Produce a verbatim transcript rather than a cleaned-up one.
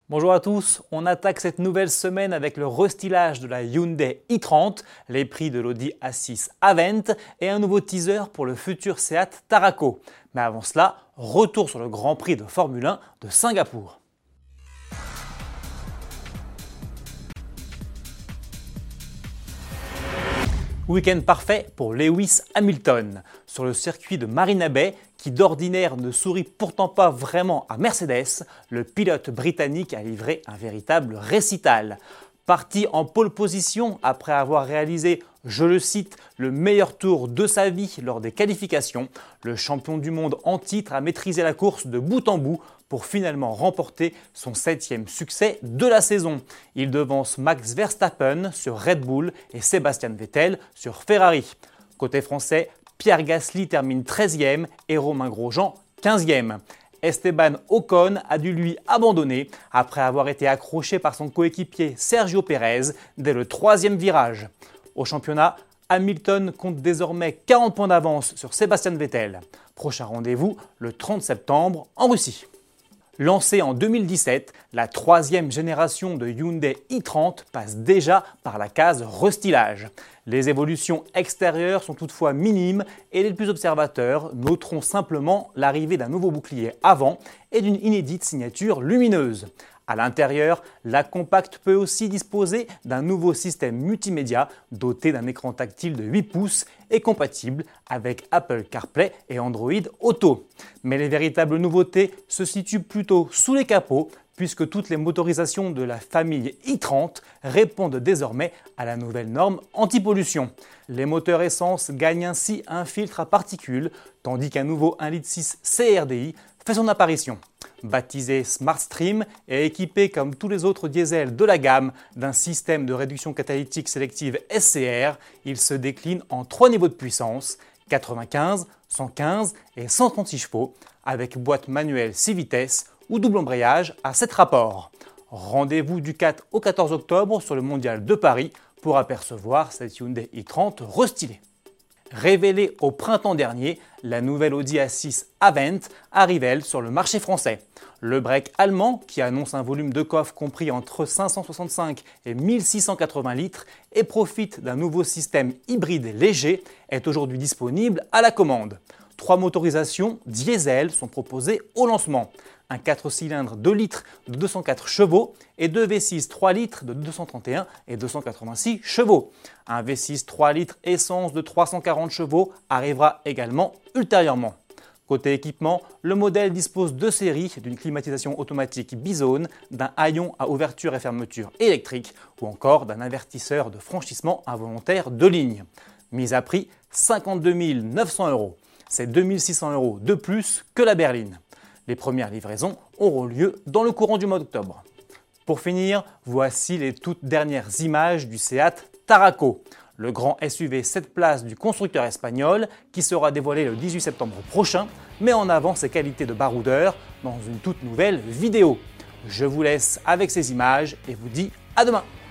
Bonjour à tous, on attaque cette nouvelle semaine avec le restylage de la Hyundai i trente, les prix de l'Audi A six Avant et un nouveau teaser pour le futur Seat Tarraco. Mais avant cela, retour sur le Grand Prix de Formule un de Singapour. Week-end parfait pour Lewis Hamilton. Sur le circuit de Marina Bay, qui d'ordinaire ne sourit pourtant pas vraiment à Mercedes, le pilote britannique a livré un véritable récital. Parti en pole position après avoir réalisé, je le cite, le meilleur tour de sa vie lors des qualifications, le champion du monde en titre a maîtrisé la course de bout en bout pour finalement remporter son septième succès de la saison. Il devance Max Verstappen sur Red Bull et Sébastien Vettel sur Ferrari. Côté français, Pierre Gasly termine treizième et Romain Grosjean quinzième. Esteban Ocon a dû lui abandonner après avoir été accroché par son coéquipier Sergio Pérez dès le troisième virage. Au championnat, Hamilton compte désormais quarante points d'avance sur Sébastien Vettel. Prochain rendez-vous le trente septembre en Russie. Lancée en deux mille dix-sept, la troisième génération de Hyundai i trente passe déjà par la case restylage. Les évolutions extérieures sont toutefois minimes et les plus observateurs noteront simplement l'arrivée d'un nouveau bouclier avant et d'une inédite signature lumineuse. À l'intérieur, la compacte peut aussi disposer d'un nouveau système multimédia doté d'un écran tactile de huit pouces et compatible avec Apple CarPlay et Android Auto. Mais les véritables nouveautés se situent plutôt sous les capots, puisque toutes les motorisations de la famille i trente répondent désormais à la nouvelle norme anti-pollution. Les moteurs essence gagnent ainsi un filtre à particules, tandis qu'un nouveau un virgule six litres C R D I fait son apparition. Baptisé SmartStream et équipé comme tous les autres diesels de la gamme d'un système de réduction catalytique sélective S C R, il se décline en trois niveaux de puissance, quatre-vingt-quinze, cent quinze et cent trente-six chevaux, avec boîte manuelle six vitesses ou double embrayage à sept rapports. Rendez-vous du quatre au quatorze octobre sur le Mondial de Paris pour apercevoir cette Hyundai i trente restylée. Révélée au printemps dernier, la nouvelle Audi A six Avant arrive elle sur le marché français. Le break allemand, qui annonce un volume de coffre compris entre cinq cent soixante-cinq et mille six cent quatre-vingts litres et profite d'un nouveau système hybride léger, est aujourd'hui disponible à la commande. Trois motorisations diesel sont proposées au lancement. Un quatre cylindres deux litres de deux cent quatre chevaux et deux V six trois litres de deux cent trente et un et deux cent quatre-vingt-six chevaux. Un V six trois litres essence de trois cent quarante chevaux arrivera également ultérieurement. Côté équipement, le modèle dispose de séries d'une climatisation automatique bizone, d'un haillon à ouverture et fermeture électrique ou encore d'un avertisseur de franchissement involontaire de ligne. Mise à prix cinquante-deux mille neuf cents euros. C'est deux mille six cents euros de plus que la berline. Les premières livraisons auront lieu dans le courant du mois d'octobre. Pour finir, voici les toutes dernières images du Seat Tarraco, le grand S U V sept places du constructeur espagnol qui sera dévoilé le dix-huit septembre prochain, met en avant ses qualités de baroudeur dans une toute nouvelle vidéo. Je vous laisse avec ces images et vous dis à demain.